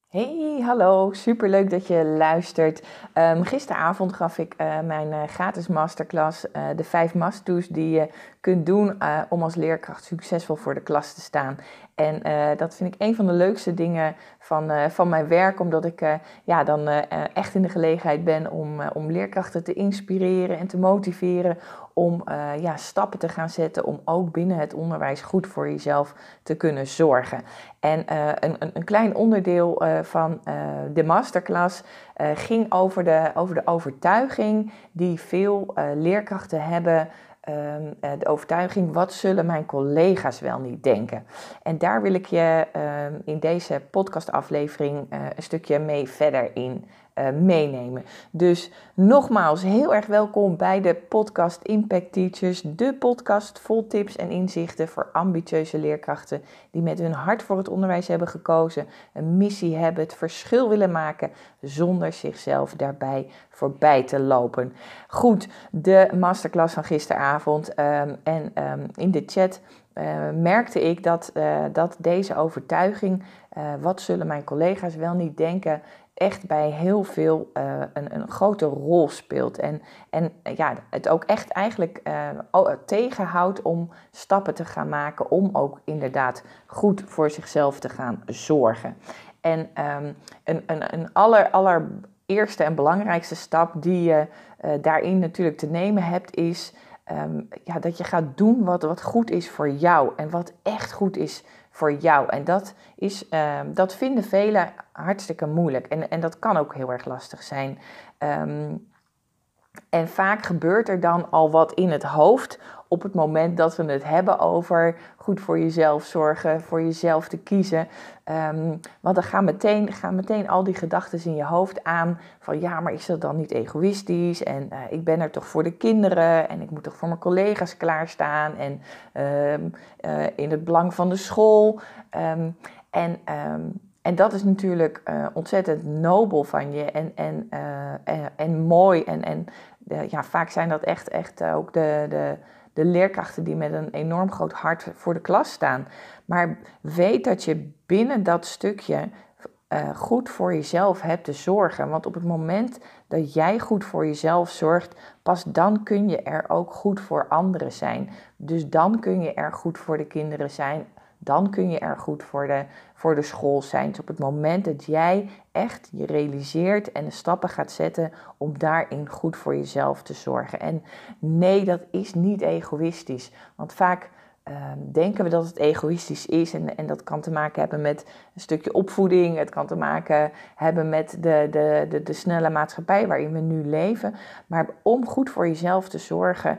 Hey, hallo, superleuk dat je luistert. Gisteravond gaf ik mijn gratis masterclass, de 5 must-do's die je kunt doen om als leerkracht succesvol voor de klas te staan. En dat vind ik een van de leukste dingen van mijn werk, omdat ik dan echt in de gelegenheid ben om leerkrachten te inspireren en te motiveren om stappen te gaan zetten om ook binnen het onderwijs goed voor jezelf te kunnen zorgen. En een klein onderdeel van de masterclass ging over de overtuiging die veel leerkrachten hebben. De overtuiging, wat zullen mijn collega's wel niet denken? En daar wil ik je in deze podcastaflevering een stukje mee verder in meenemen. Dus nogmaals, heel erg welkom bij de podcast Impact Teachers. De podcast vol tips en inzichten voor ambitieuze leerkrachten die met hun hart voor het onderwijs hebben gekozen, een missie hebben, het verschil willen maken zonder zichzelf daarbij voorbij te lopen. Goed, de masterclass van gisteravond in de chat merkte ik dat deze overtuiging, wat zullen mijn collega's wel niet denken, echt bij heel veel een grote rol speelt. En het ook echt eigenlijk tegenhoudt om stappen te gaan maken om ook inderdaad goed voor zichzelf te gaan zorgen. En een allereerste en belangrijkste stap die je daarin natuurlijk te nemen hebt is dat je gaat doen wat goed is voor jou en wat echt goed is voor jou. En dat vinden velen hartstikke moeilijk. En dat kan ook heel erg lastig zijn. En vaak gebeurt er dan al wat in het hoofd op het moment dat we het hebben over goed voor jezelf zorgen, voor jezelf te kiezen. Want dan gaan meteen al die gedachten in je hoofd aan van ja, maar is dat dan niet egoïstisch? En ik ben er toch voor de kinderen en ik moet toch voor mijn collega's klaarstaan en in het belang van de school. En dat is natuurlijk ontzettend nobel van je en mooi. Vaak zijn dat echt ook de leerkrachten die met een enorm groot hart voor de klas staan. Maar weet dat je binnen dat stukje goed voor jezelf hebt te zorgen. Want op het moment dat jij goed voor jezelf zorgt, pas dan kun je er ook goed voor anderen zijn. Dus dan kun je er goed voor de kinderen zijn. Dan kun je er goed voor de school zijn. Dus op het moment dat jij echt je realiseert en de stappen gaat zetten om daarin goed voor jezelf te zorgen. En nee, dat is niet egoïstisch. Want vaak denken we dat het egoïstisch is. En dat kan te maken hebben met een stukje opvoeding. Het kan te maken hebben met de snelle maatschappij waarin we nu leven. Maar om goed voor jezelf te zorgen...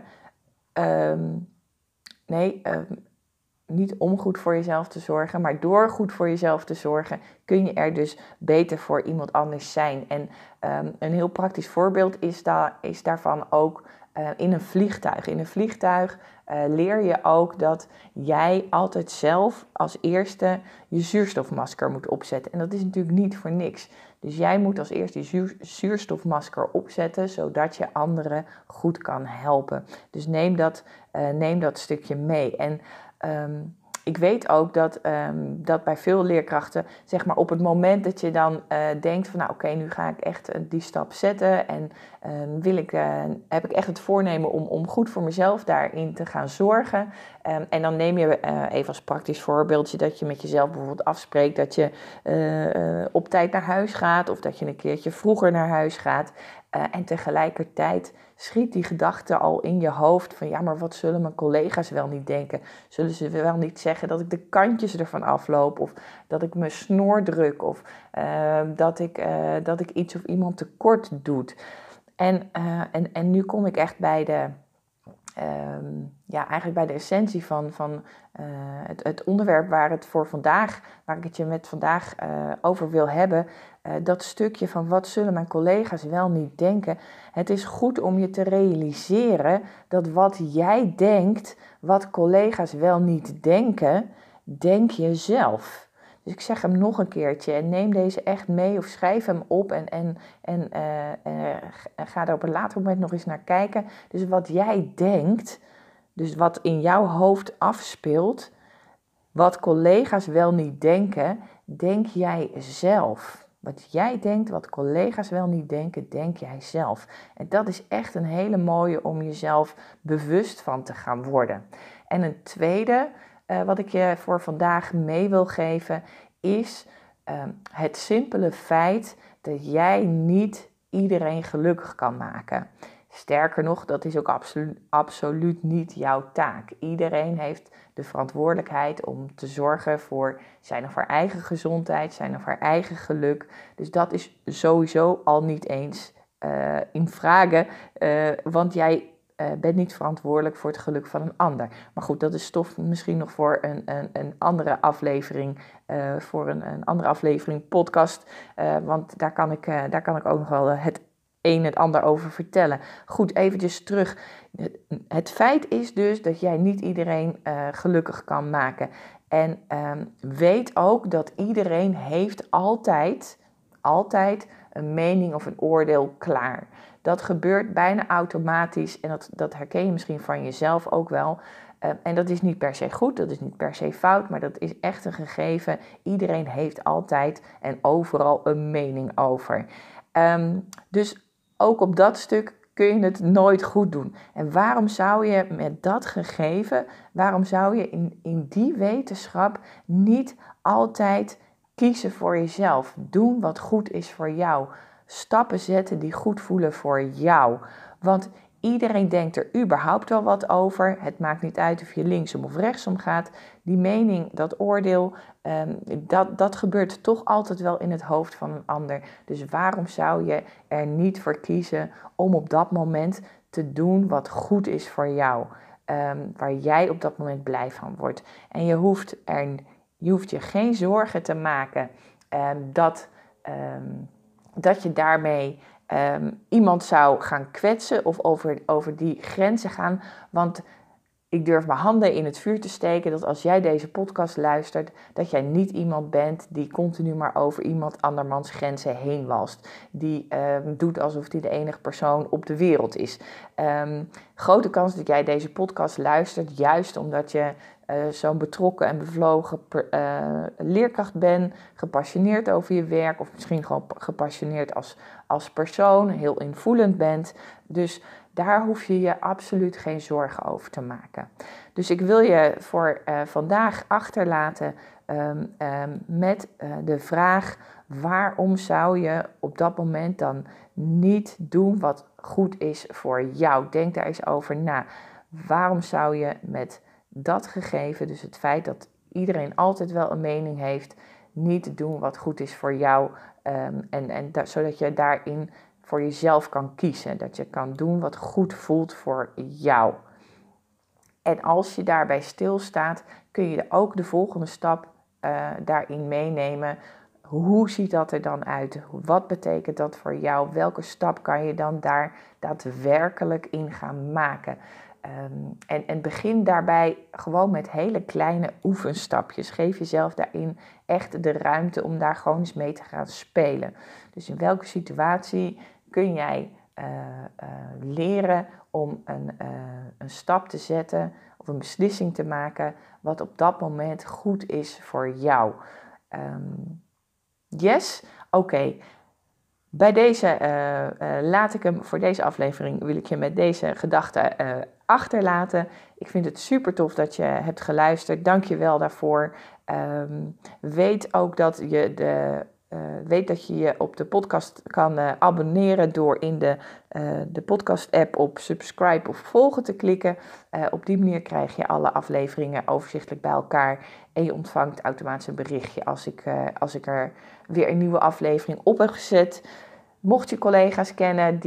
niet om goed voor jezelf te zorgen, maar door goed voor jezelf te zorgen, kun je er dus beter voor iemand anders zijn. En een heel praktisch voorbeeld is daarvan ook in een vliegtuig. In een vliegtuig leer je ook dat jij altijd zelf als eerste je zuurstofmasker moet opzetten. En dat is natuurlijk niet voor niks. Dus jij moet als eerste je zuurstofmasker opzetten, zodat je anderen goed kan helpen. Dus neem dat stukje mee. En ik weet ook dat bij veel leerkrachten, zeg maar op het moment dat je dan denkt van nou oké, nu ga ik echt die stap zetten en heb ik echt het voornemen om goed voor mezelf daarin te gaan zorgen. En dan neem je even als praktisch voorbeeldje dat je met jezelf bijvoorbeeld afspreekt dat je op tijd naar huis gaat of dat je een keertje vroeger naar huis gaat. En tegelijkertijd schiet die gedachte al in je hoofd van ja, maar wat zullen mijn collega's wel niet denken? Zullen ze wel niet zeggen dat ik de kantjes ervan afloop of dat ik mijn snor druk of dat ik iets of iemand tekort doe? En nu kom ik echt bij eigenlijk bij de essentie van het onderwerp waar ik het je met vandaag over wil hebben. Dat stukje van wat zullen mijn collega's wel niet denken. Het is goed om je te realiseren dat wat jij denkt, wat collega's wel niet denken, denk je zelf. Dus ik zeg hem nog een keertje en neem deze echt mee of schrijf hem op en ga er op een later moment nog eens naar kijken. Dus wat jij denkt, dus wat in jouw hoofd afspeelt, Wat collega's wel niet denken, denk jij zelf. Wat jij denkt, wat collega's wel niet denken, denk jij zelf. En dat is echt een hele mooie om jezelf bewust van te gaan worden. En een tweede, wat ik je voor vandaag mee wil geven, is het simpele feit dat jij niet iedereen gelukkig kan maken. Sterker nog, dat is ook absoluut niet jouw taak. Iedereen heeft de verantwoordelijkheid om te zorgen voor zijn of haar eigen gezondheid, zijn of haar eigen geluk. Dus dat is sowieso al niet eens in vragen, want jij bent niet verantwoordelijk voor het geluk van een ander. Maar goed, dat is stof misschien nog voor een andere aflevering, voor een andere aflevering podcast. Want daar kan ik ook nog wel het een en ander over vertellen. Goed, eventjes terug. Het feit is dus dat jij niet iedereen gelukkig kan maken. En weet ook dat iedereen heeft altijd een mening of een oordeel klaar. Dat gebeurt bijna automatisch en dat herken je misschien van jezelf ook wel. En dat is niet per se goed, dat is niet per se fout, maar dat is echt een gegeven. Iedereen heeft altijd en overal een mening over. Dus ook op dat stuk kun je het nooit goed doen. En waarom zou je met dat gegeven, waarom zou je in die wetenschap niet altijd kiezen voor jezelf? Doen wat goed is voor jou. Stappen zetten die goed voelen voor jou. Want iedereen denkt er überhaupt wel wat over. Het maakt niet uit of je linksom of rechtsom gaat. Die mening, dat oordeel, dat gebeurt toch altijd wel in het hoofd van een ander. Dus waarom zou je er niet voor kiezen om op dat moment te doen wat goed is voor jou? Waar jij op dat moment blij van wordt. En je hoeft je geen zorgen te maken dat je daarmee iemand zou gaan kwetsen of over die grenzen gaan. Want ik durf mijn handen in het vuur te steken dat als jij deze podcast luistert, dat jij niet iemand bent die continu maar over iemand andermans grenzen heen walst. Die doet alsof hij de enige persoon op de wereld is. Grote kans dat jij deze podcast luistert, juist omdat je zo'n betrokken en bevlogen leerkracht bent, gepassioneerd over je werk of misschien gewoon gepassioneerd als persoon, heel invoelend bent. Dus daar hoef je je absoluut geen zorgen over te maken. Dus ik wil je voor vandaag achterlaten met de vraag: waarom zou je op dat moment dan niet doen wat goed is voor jou? Denk daar eens over na. Waarom zou je met dat gegeven, dus het feit dat iedereen altijd wel een mening heeft, niet doen wat goed is voor jou, zodat je daarin voor jezelf kan kiezen. Dat je kan doen wat goed voelt voor jou. En als je daarbij stilstaat, kun je ook de volgende stap daarin meenemen. Hoe ziet dat er dan uit? Wat betekent dat voor jou? Welke stap kan je dan daar daadwerkelijk in gaan maken? En begin daarbij gewoon met hele kleine oefenstapjes. Geef jezelf daarin echt de ruimte om daar gewoon eens mee te gaan spelen. Dus in welke situatie kun jij leren om een stap te zetten of een beslissing te maken wat op dat moment goed is voor jou? Yes? Oké. Bij deze laat ik hem voor deze aflevering, wil ik je met deze gedachten achterlaten. Ik vind het super tof dat je hebt geluisterd. Dank je wel daarvoor. Weet ook dat je je op de podcast kan abonneren door in de podcast app op subscribe of volgen te klikken. Op die manier krijg je alle afleveringen overzichtelijk bij elkaar. En je ontvangt automatisch een berichtje als ik er weer een nieuwe aflevering op heb gezet. Mocht je collega's kennen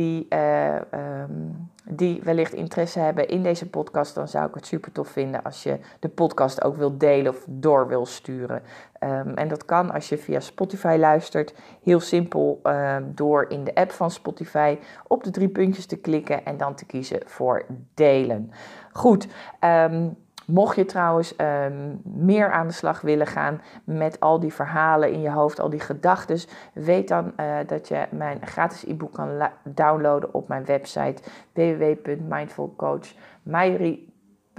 die wellicht interesse hebben in deze podcast, dan zou ik het super tof vinden als je de podcast ook wilt delen of door wil sturen. En dat kan als je via Spotify luistert. Heel simpel door in de app van Spotify op de 3 puntjes te klikken en dan te kiezen voor delen. Goed. Mocht je trouwens meer aan de slag willen gaan met al die verhalen in je hoofd, al die gedachten, weet dan dat je mijn gratis e-book kan downloaden op mijn website www.mindfulcoachmayri.nl.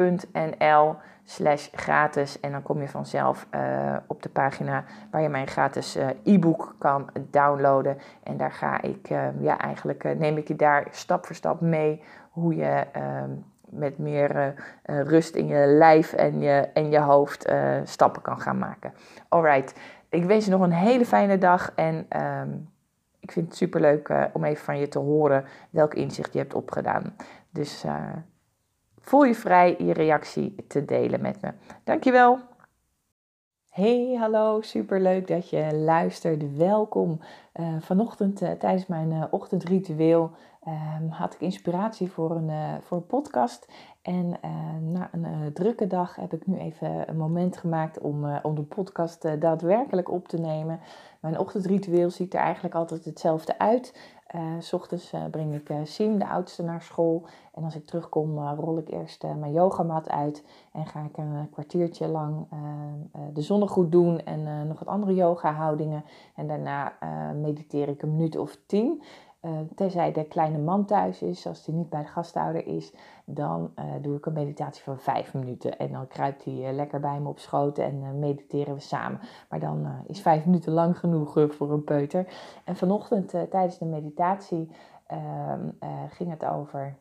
www.lilearcraft.nl/gratis. En dan kom je vanzelf op de pagina waar je mijn gratis e-book kan downloaden. En daar ga ik, neem ik je daar stap voor stap mee hoe je met meer rust in je lijf en je hoofd stappen kan gaan maken. Alright, ik wens je nog een hele fijne dag en ik vind het superleuk om even van je te horen welk inzicht je hebt opgedaan. Dus voel je vrij je reactie te delen met me. Dankjewel. Hey, hallo, superleuk dat je luistert. Welkom. Vanochtend tijdens mijn ochtendritueel had ik inspiratie voor een podcast. En na een drukke dag heb ik nu even een moment gemaakt om de podcast daadwerkelijk op te nemen. Mijn ochtendritueel ziet er eigenlijk altijd hetzelfde uit. 's Ochtends breng ik Siem, de oudste, naar school. En als ik terugkom rol ik eerst mijn yogamat uit. En ga ik een kwartiertje lang de zonnegroet doen en nog wat andere yoga houdingen. En daarna mediteer ik een minuut of 10. Tenzij de kleine man thuis is, als die niet bij de gasthouder is, dan doe ik een meditatie van 5 minuten. En dan kruipt hij lekker bij me op schoot en mediteren we samen. Maar dan is 5 minuten lang genoeg voor een peuter. En vanochtend tijdens de meditatie ging het over...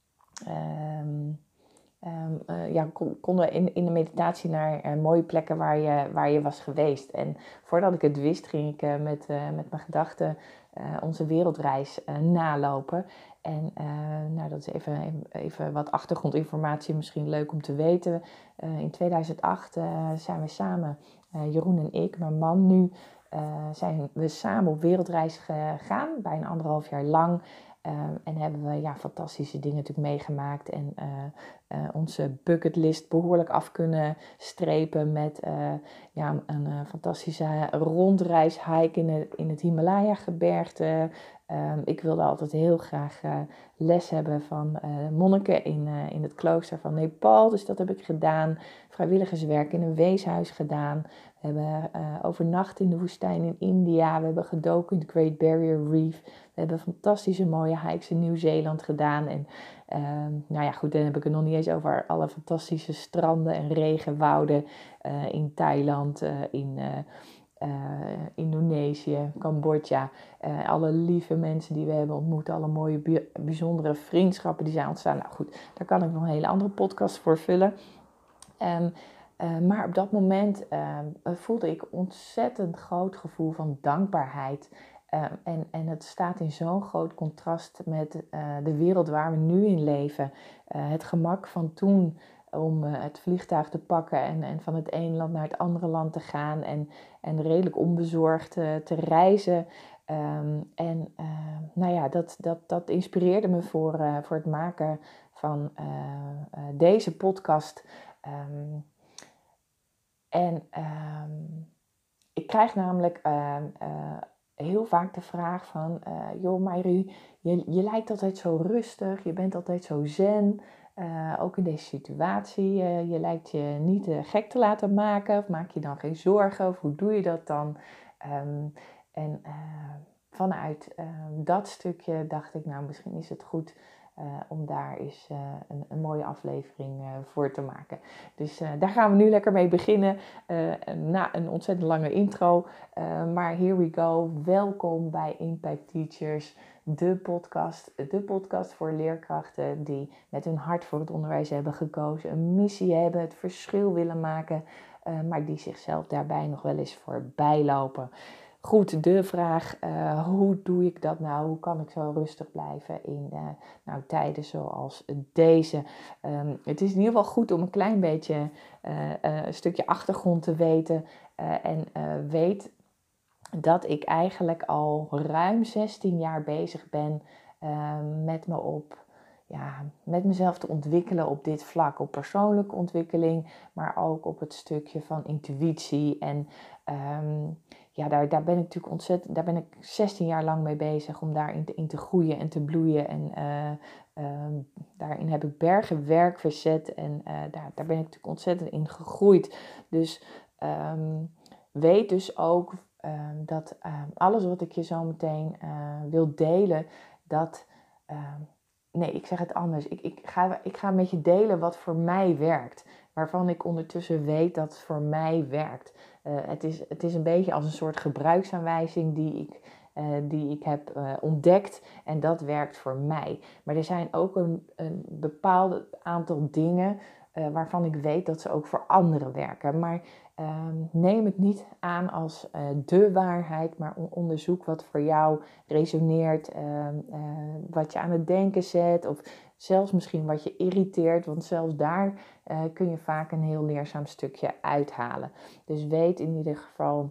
konden we in de meditatie naar mooie plekken waar je was geweest. En voordat ik het wist, ging ik met mijn gedachten onze wereldreis nalopen. En dat is even wat achtergrondinformatie, misschien leuk om te weten. In 2008 zijn we samen, Jeroen en ik, mijn man nu, zijn we samen op wereldreis gegaan, bijna 1,5 jaar lang. En hebben we fantastische dingen natuurlijk meegemaakt en onze bucketlist behoorlijk af kunnen strepen met een fantastische rondreis, hike in het Himalaya-gebergte. Ik wilde altijd heel graag les hebben van monniken in het klooster van Nepal, dus dat heb ik gedaan. Vrijwilligerswerk in een weeshuis gedaan. We hebben overnacht in de woestijn in India. We hebben gedoken in de Great Barrier Reef. We hebben fantastische mooie hikes in Nieuw-Zeeland gedaan. En dan heb ik het nog niet eens over alle fantastische stranden en regenwouden in Thailand, in Indonesië, Cambodja. Alle lieve mensen die we hebben ontmoet, alle mooie, bijzondere vriendschappen die zijn ontstaan. Nou goed, daar kan ik nog een hele andere podcast voor vullen. Maar op dat moment voelde ik ontzettend groot gevoel van dankbaarheid. En het staat in zo'n groot contrast met de wereld waar we nu in leven. Het gemak van toen om het vliegtuig te pakken en van het ene land naar het andere land te gaan. En redelijk onbezorgd te reizen. Dat inspireerde me voor het maken van deze podcast. Ik krijg namelijk heel vaak de vraag van... joh Mayru, je lijkt altijd zo rustig, je bent altijd zo zen. Ook in deze situatie. Je lijkt je niet gek te laten maken. Of maak je dan geen zorgen? Of hoe doe je dat dan? Vanuit dat stukje dacht ik, nou misschien is het goed... om daar eens een mooie aflevering voor te maken. Dus daar gaan we nu lekker mee beginnen. Na een ontzettend lange intro. Maar here we go. Welkom bij Impact Teachers. De podcast voor leerkrachten die met hun hart voor het onderwijs hebben gekozen. Een missie hebben, het verschil willen maken. Maar die zichzelf daarbij nog wel eens voorbij lopen. Goed, de vraag, hoe doe ik dat nou? Hoe kan ik zo rustig blijven in tijden zoals deze? Het is in ieder geval goed om een klein beetje een stukje achtergrond te weten. Weet dat ik eigenlijk al ruim 16 jaar bezig ben met mezelf te ontwikkelen op dit vlak. Op persoonlijke ontwikkeling, maar ook op het stukje van intuïtie. En daar ben ik natuurlijk daar ben ik 16 jaar lang mee bezig om daarin te groeien en te bloeien. En daarin heb ik bergen werk verzet en daar ben ik natuurlijk ontzettend in gegroeid. Dus weet dus ook dat alles wat ik je zo meteen wil delen, dat nee, ik zeg het anders. Ik ga met je delen wat voor mij werkt. Waarvan ik ondertussen weet dat het voor mij werkt. Het is een beetje als een soort gebruiksaanwijzing die ik heb ontdekt. En dat werkt voor mij. Maar er zijn ook een bepaald aantal dingen waarvan ik weet dat ze ook voor anderen werken. Maar neem het niet aan als de waarheid, maar onderzoek wat voor jou resoneert, wat je aan het denken zet of zelfs misschien wat je irriteert, want zelfs daar kun je vaak een heel leerzaam stukje uithalen. Dus weet in ieder geval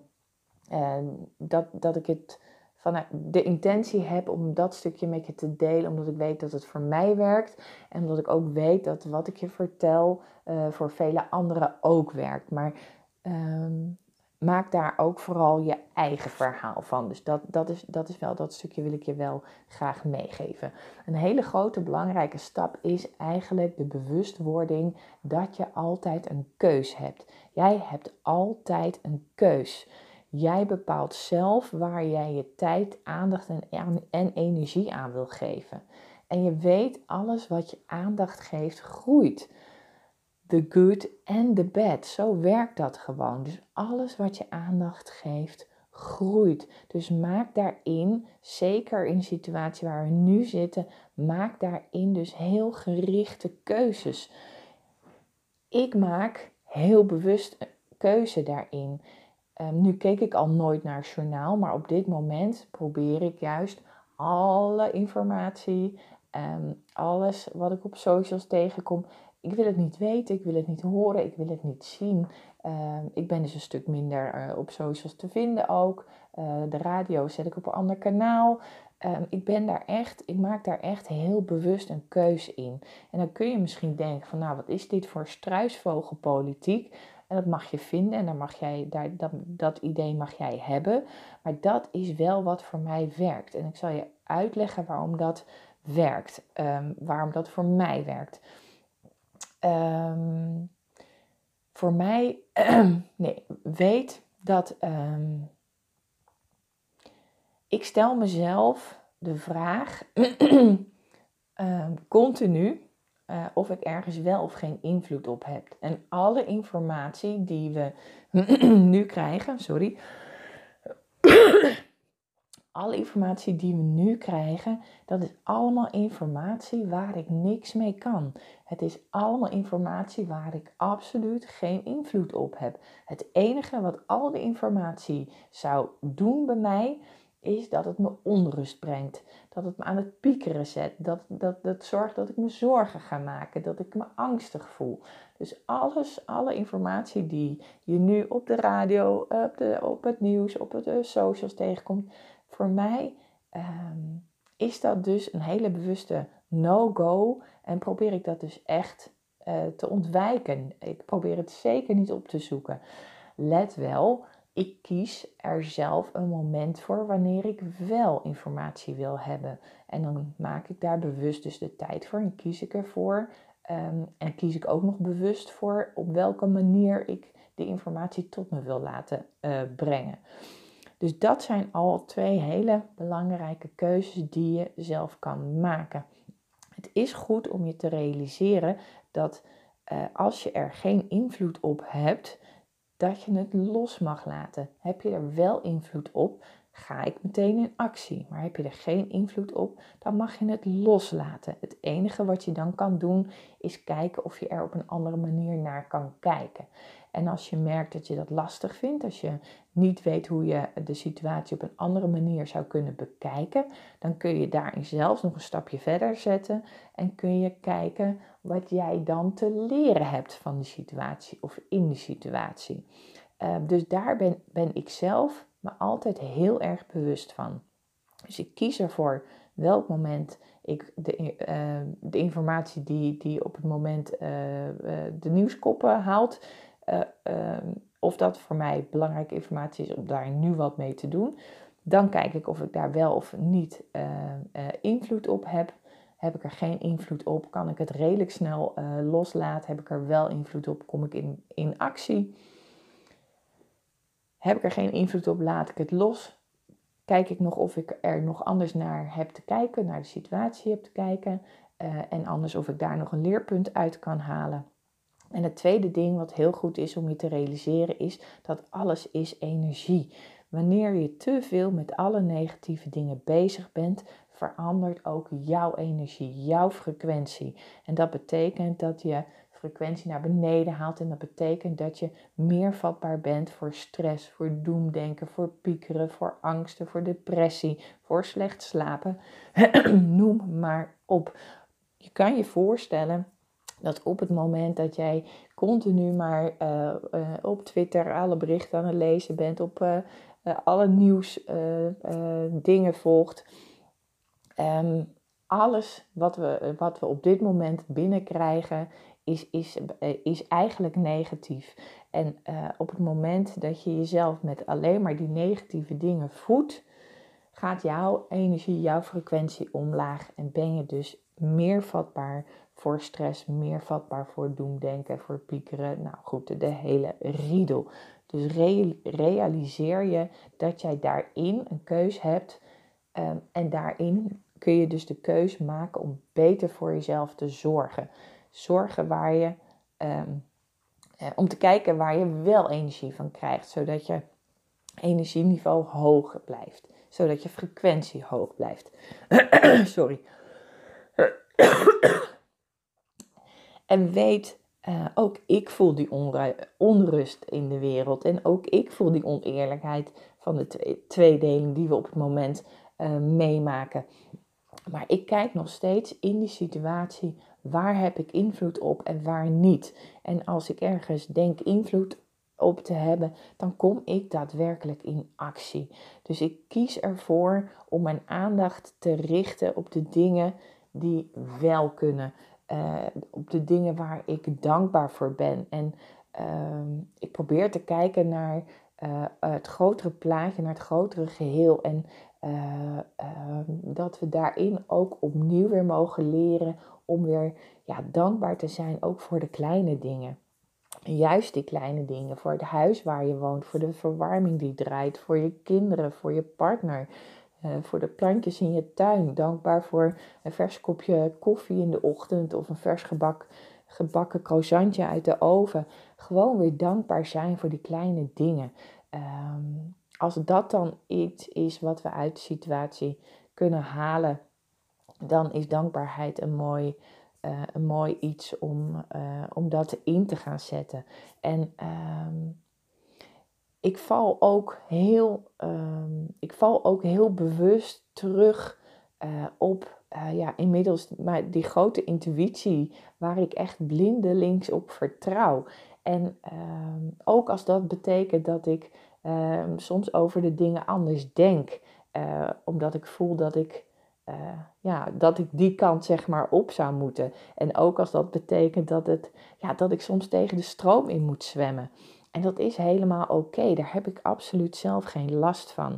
dat ik het vanuit de intentie heb om dat stukje met je te delen, omdat ik weet dat het voor mij werkt en omdat ik ook weet dat wat ik je vertel voor vele anderen ook werkt. Maar maak daar ook vooral je eigen verhaal van. Dus dat is wel, dat stukje wil ik je wel graag meegeven. Een hele grote belangrijke stap is eigenlijk de bewustwording dat je altijd een keus hebt. Jij hebt altijd een keus. Jij bepaalt zelf waar jij je tijd, aandacht en energie aan wil geven. En je weet, alles wat je aandacht geeft, groeit. The good and the bad. Zo werkt dat gewoon. Dus alles wat je aandacht geeft, groeit. Dus maak daarin, zeker in de situatie waar we nu zitten, maak daarin dus heel gerichte keuzes. Ik maak heel bewust een keuze daarin. Nu keek ik al nooit naar het journaal, maar op dit moment probeer ik juist alle informatie, alles wat ik op socials tegenkom. Ik wil het niet weten, ik wil het niet horen, ik wil het niet zien. Ik ben dus een stuk minder op socials te vinden ook. De radio zet ik op een ander kanaal. Ik maak daar echt heel bewust een keus in. En dan kun je misschien denken van, nou, wat is dit voor struisvogelpolitiek? En dat mag je vinden en dat idee mag jij hebben. Maar dat is wel wat voor mij werkt. En ik zal je uitleggen waarom dat werkt. Waarom dat voor mij werkt. Voor mij, weet dat ik stel mezelf de vraag continu of ik ergens wel of geen invloed op heb. En alle informatie die we nu krijgen, alle informatie die we nu krijgen, dat is allemaal informatie waar ik niks mee kan. Het is allemaal informatie waar ik absoluut geen invloed op heb. Het enige wat al die informatie zou doen bij mij, is dat het me onrust brengt. Dat het me aan het piekeren zet. Dat zorgt dat ik me zorgen ga maken. Dat ik me angstig voel. Dus alle informatie die je nu op de radio, op het nieuws, op de socials tegenkomt. Voor mij is dat dus een hele bewuste no-go. En probeer ik dat dus echt te ontwijken. Ik probeer het zeker niet op te zoeken. Let wel, ik kies er zelf een moment voor wanneer ik wel informatie wil hebben. En dan maak ik daar bewust dus de tijd voor en kies ik ervoor. En kies ik ook nog bewust voor op welke manier ik de informatie tot me wil laten brengen. Dus dat zijn al 2 hele belangrijke keuzes die je zelf kan maken. Het is goed om je te realiseren dat als je er geen invloed op hebt, dat je het los mag laten. Heb je er wel invloed op, ga ik meteen in actie. Maar heb je er geen invloed op, dan mag je het loslaten. Het enige wat je dan kan doen, is kijken of je er op een andere manier naar kan kijken. En als je merkt dat je dat lastig vindt, als je niet weet hoe je de situatie op een andere manier zou kunnen bekijken, dan kun je daarin zelfs nog een stapje verder zetten en kun je kijken wat jij dan te leren hebt van die situatie of in die situatie. Dus daar ben ik zelf me altijd heel erg bewust van. Dus ik kies ervoor welk moment ik de informatie die op het moment de nieuwskoppen haalt, of dat voor mij belangrijke informatie is om daar nu wat mee te doen. Dan kijk ik of ik daar wel of niet invloed op heb. Heb ik er geen invloed op, kan ik het redelijk snel loslaten. Heb ik er wel invloed op, kom ik in actie. Heb ik er geen invloed op, laat ik het los. Kijk ik nog of ik er nog anders naar heb te kijken, naar de situatie heb te kijken. En anders of ik daar nog een leerpunt uit kan halen. En het tweede ding wat heel goed is om je te realiseren is dat alles is energie. Wanneer je te veel met alle negatieve dingen bezig bent, verandert ook jouw energie, jouw frequentie. En dat betekent dat je frequentie naar beneden haalt. En dat betekent dat je meer vatbaar bent voor stress, voor doemdenken, voor piekeren, voor angsten, voor depressie, voor slecht slapen. Noem maar op. Je kan je voorstellen dat op het moment dat jij continu maar op Twitter alle berichten aan het lezen bent, op alle nieuws dingen volgt, alles wat we op dit moment binnenkrijgen is eigenlijk negatief. En op het moment dat je jezelf met alleen maar die negatieve dingen voedt, gaat jouw energie, jouw frequentie omlaag en ben je dus meer vatbaar voor stress, meer vatbaar voor doemdenken, voor piekeren. Nou goed, de hele riedel. Dus realiseer je dat jij daarin een keus hebt en daarin kun je dus de keus maken om beter voor jezelf te zorgen. Zorgen waar je, om te kijken waar je wel energie van krijgt, zodat je energieniveau hoog blijft. Zodat je frequentie hoog blijft. Sorry. En weet, ook ik voel die onrust in de wereld. En ook ik voel die oneerlijkheid van de tweedeling die we op het moment meemaken. Maar ik kijk nog steeds in die situatie, waar heb ik invloed op en waar niet. En als ik ergens denk invloed op te hebben, dan kom ik daadwerkelijk in actie. Dus ik kies ervoor om mijn aandacht te richten op de dingen die wel kunnen. Op de dingen waar ik dankbaar voor ben. En ik probeer te kijken naar het grotere plaatje, naar het grotere geheel. En dat we daarin ook opnieuw weer mogen leren om weer dankbaar te zijn, ook voor de kleine dingen. Juist die kleine dingen, voor het huis waar je woont, voor de verwarming die draait, voor je kinderen, voor je partner, voor de plantjes in je tuin. Dankbaar voor een vers kopje koffie in de ochtend of een vers gebakken croissantje uit de oven. Gewoon weer dankbaar zijn voor die kleine dingen. Als dat dan iets is wat we uit de situatie kunnen halen, dan is dankbaarheid een mooi iets om dat in te gaan zetten. En ik val ook heel bewust terug op inmiddels maar die grote intuïtie waar ik echt blindelings op vertrouw. En ook als dat betekent dat ik soms over de dingen anders denk, omdat ik voel dat ik die kant zeg maar op zou moeten. En ook als dat betekent dat ik soms tegen de stroom in moet zwemmen. En dat is helemaal oké. Daar heb ik absoluut zelf geen last van.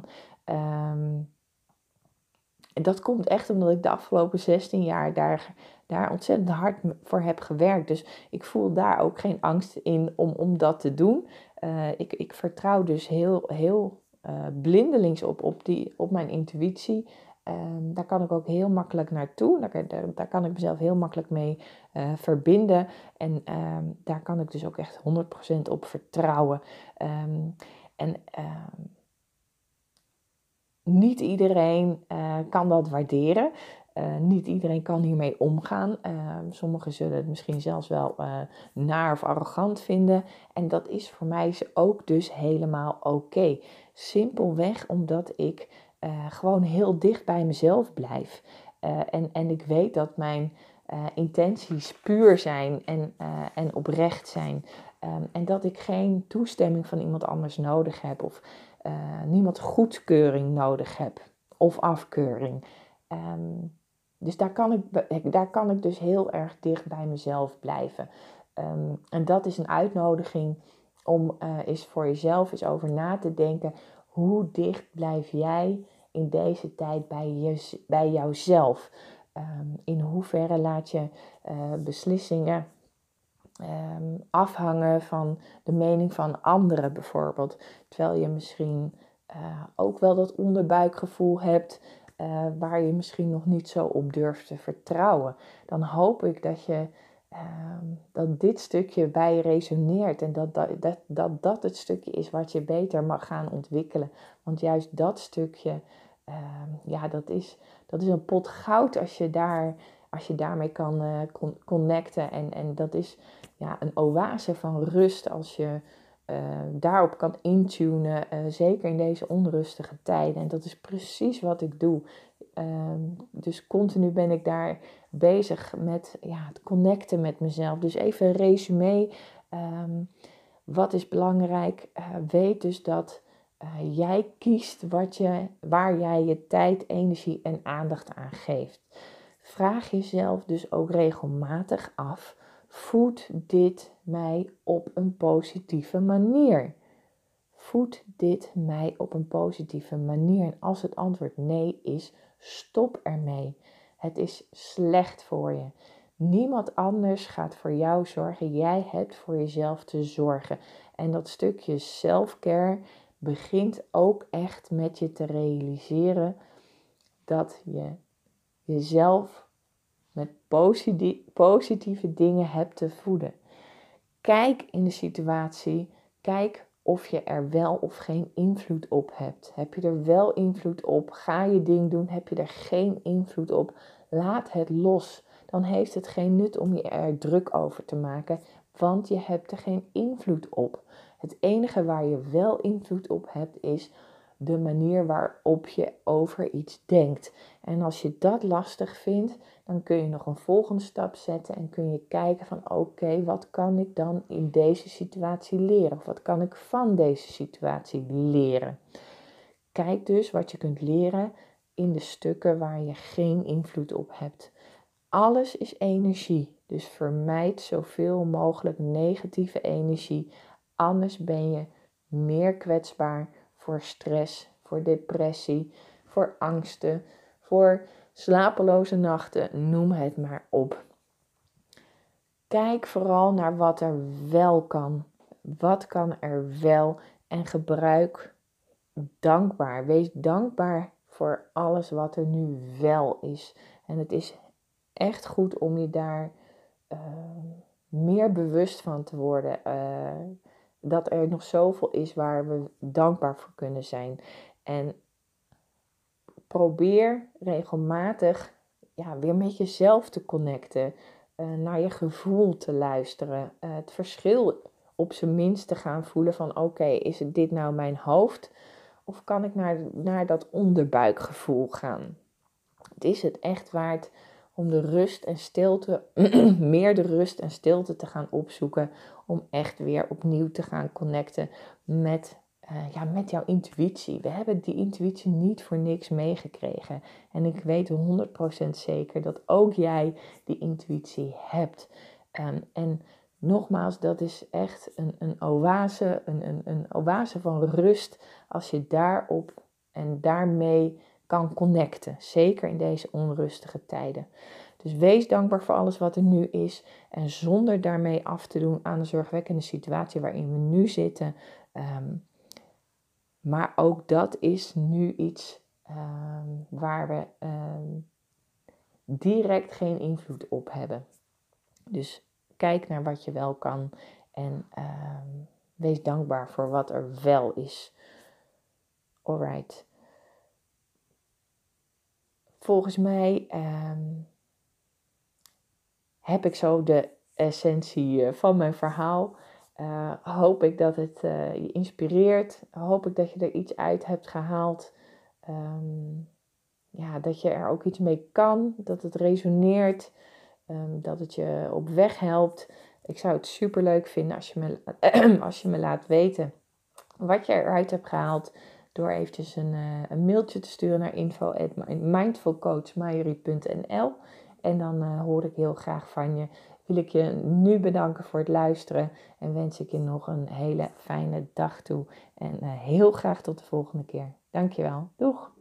En dat komt echt omdat ik de afgelopen 16 jaar daar ontzettend hard voor heb gewerkt. Dus ik voel daar ook geen angst in om dat te doen. Ik vertrouw dus heel blindelings op mijn intuïtie. Daar kan ik ook heel makkelijk naartoe. Daar kan ik mezelf heel makkelijk mee verbinden. En daar kan ik dus ook echt 100% op vertrouwen. Niet iedereen kan dat waarderen. Niet iedereen kan hiermee omgaan. Sommigen zullen het misschien zelfs wel naar of arrogant vinden. En dat is voor mij ook dus helemaal oké. Simpelweg omdat ik gewoon heel dicht bij mezelf blijf. En ik weet dat mijn intenties puur zijn en oprecht zijn. En dat ik geen toestemming van iemand anders nodig heb. Of niemand goedkeuring nodig heb. Of afkeuring. Dus daar kan ik dus heel erg dicht bij mezelf blijven. En dat is een uitnodiging om eens voor jezelf eens over na te denken. Hoe dicht blijf jij in deze tijd bij jouzelf? In hoeverre laat je beslissingen afhangen van de mening van anderen bijvoorbeeld. Terwijl je misschien ook wel dat onderbuikgevoel hebt waar je misschien nog niet zo op durft te vertrouwen. Dan hoop ik dat dit stukje bij je resoneert en dat het stukje is wat je beter mag gaan ontwikkelen. Want juist dat stukje, dat is een pot goud als je daarmee kan connecten. En dat is een oase van rust als je daarop kan intunen, zeker in deze onrustige tijden. En dat is precies wat ik doe. Dus continu ben ik daar bezig met het connecten met mezelf. Dus even een resume. Wat is belangrijk? Weet dus dat jij kiest waar jij je tijd, energie en aandacht aan geeft. Vraag jezelf dus ook regelmatig af: voedt dit mij op een positieve manier? Voedt dit mij op een positieve manier? En als het antwoord nee is, stop ermee. Het is slecht voor je. Niemand anders gaat voor jou zorgen. Jij hebt voor jezelf te zorgen. En dat stukje self-care begint ook echt met je te realiseren dat je jezelf met positieve dingen hebt te voeden. Kijk in de situatie, kijk of je er wel of geen invloed op hebt. Heb je er wel invloed op? Ga je ding doen? Heb je er geen invloed op? Laat het los. Dan heeft het geen nut om je er druk over te maken, want je hebt er geen invloed op. Het enige waar je wel invloed op hebt is de manier waarop je over iets denkt. En als je dat lastig vindt, dan kun je nog een volgende stap zetten en kun je kijken van oké, wat kan ik dan in deze situatie leren? Of wat kan ik van deze situatie leren? Kijk dus wat je kunt leren in de stukken waar je geen invloed op hebt. Alles is energie, dus vermijd zoveel mogelijk negatieve energie. Anders ben je meer kwetsbaar voor stress, voor depressie, voor angsten, voor slapeloze nachten, noem het maar op. Kijk vooral naar wat er wel kan. Wat kan er wel? En gebruik dankbaar. Wees dankbaar voor alles wat er nu wel is. En het is echt goed om je daar meer bewust van te worden. Dat er nog zoveel is waar we dankbaar voor kunnen zijn. En probeer regelmatig weer met jezelf te connecten. Naar je gevoel te luisteren. Het verschil op zijn minst te gaan voelen van oké, is het dit nou mijn hoofd? Of kan ik naar dat onderbuikgevoel gaan? Het is het echt waard om de rust en stilte, meer de rust en stilte te gaan opzoeken. Om echt weer opnieuw te gaan connecten met jouw intuïtie. We hebben die intuïtie niet voor niks meegekregen. En ik weet 100% zeker dat ook jij die intuïtie hebt. En nogmaals, dat is echt een oase, een oase van rust als je daarop en daarmee kan connecten. Zeker in deze onrustige tijden. Dus wees dankbaar voor alles wat er nu is. En zonder daarmee af te doen aan de zorgwekkende situatie waarin we nu zitten. Maar ook dat is nu iets waar we direct geen invloed op hebben. Dus kijk naar wat je wel kan. En wees dankbaar voor wat er wel is. Alright. Volgens mij heb ik zo de essentie van mijn verhaal. Hoop ik dat het je inspireert. Hoop ik dat je er iets uit hebt gehaald. Dat je er ook iets mee kan. Dat het resoneert. Dat het je op weg helpt. Ik zou het super leuk vinden als je me laat weten wat je eruit hebt gehaald. Door eventjes een mailtje te sturen naar info@mindfulcoachmayuri.nl. En dan hoor ik heel graag van je. Wil ik je nu bedanken voor het luisteren. En wens ik je nog een hele fijne dag toe. En heel graag tot de volgende keer. Dankjewel. Doeg!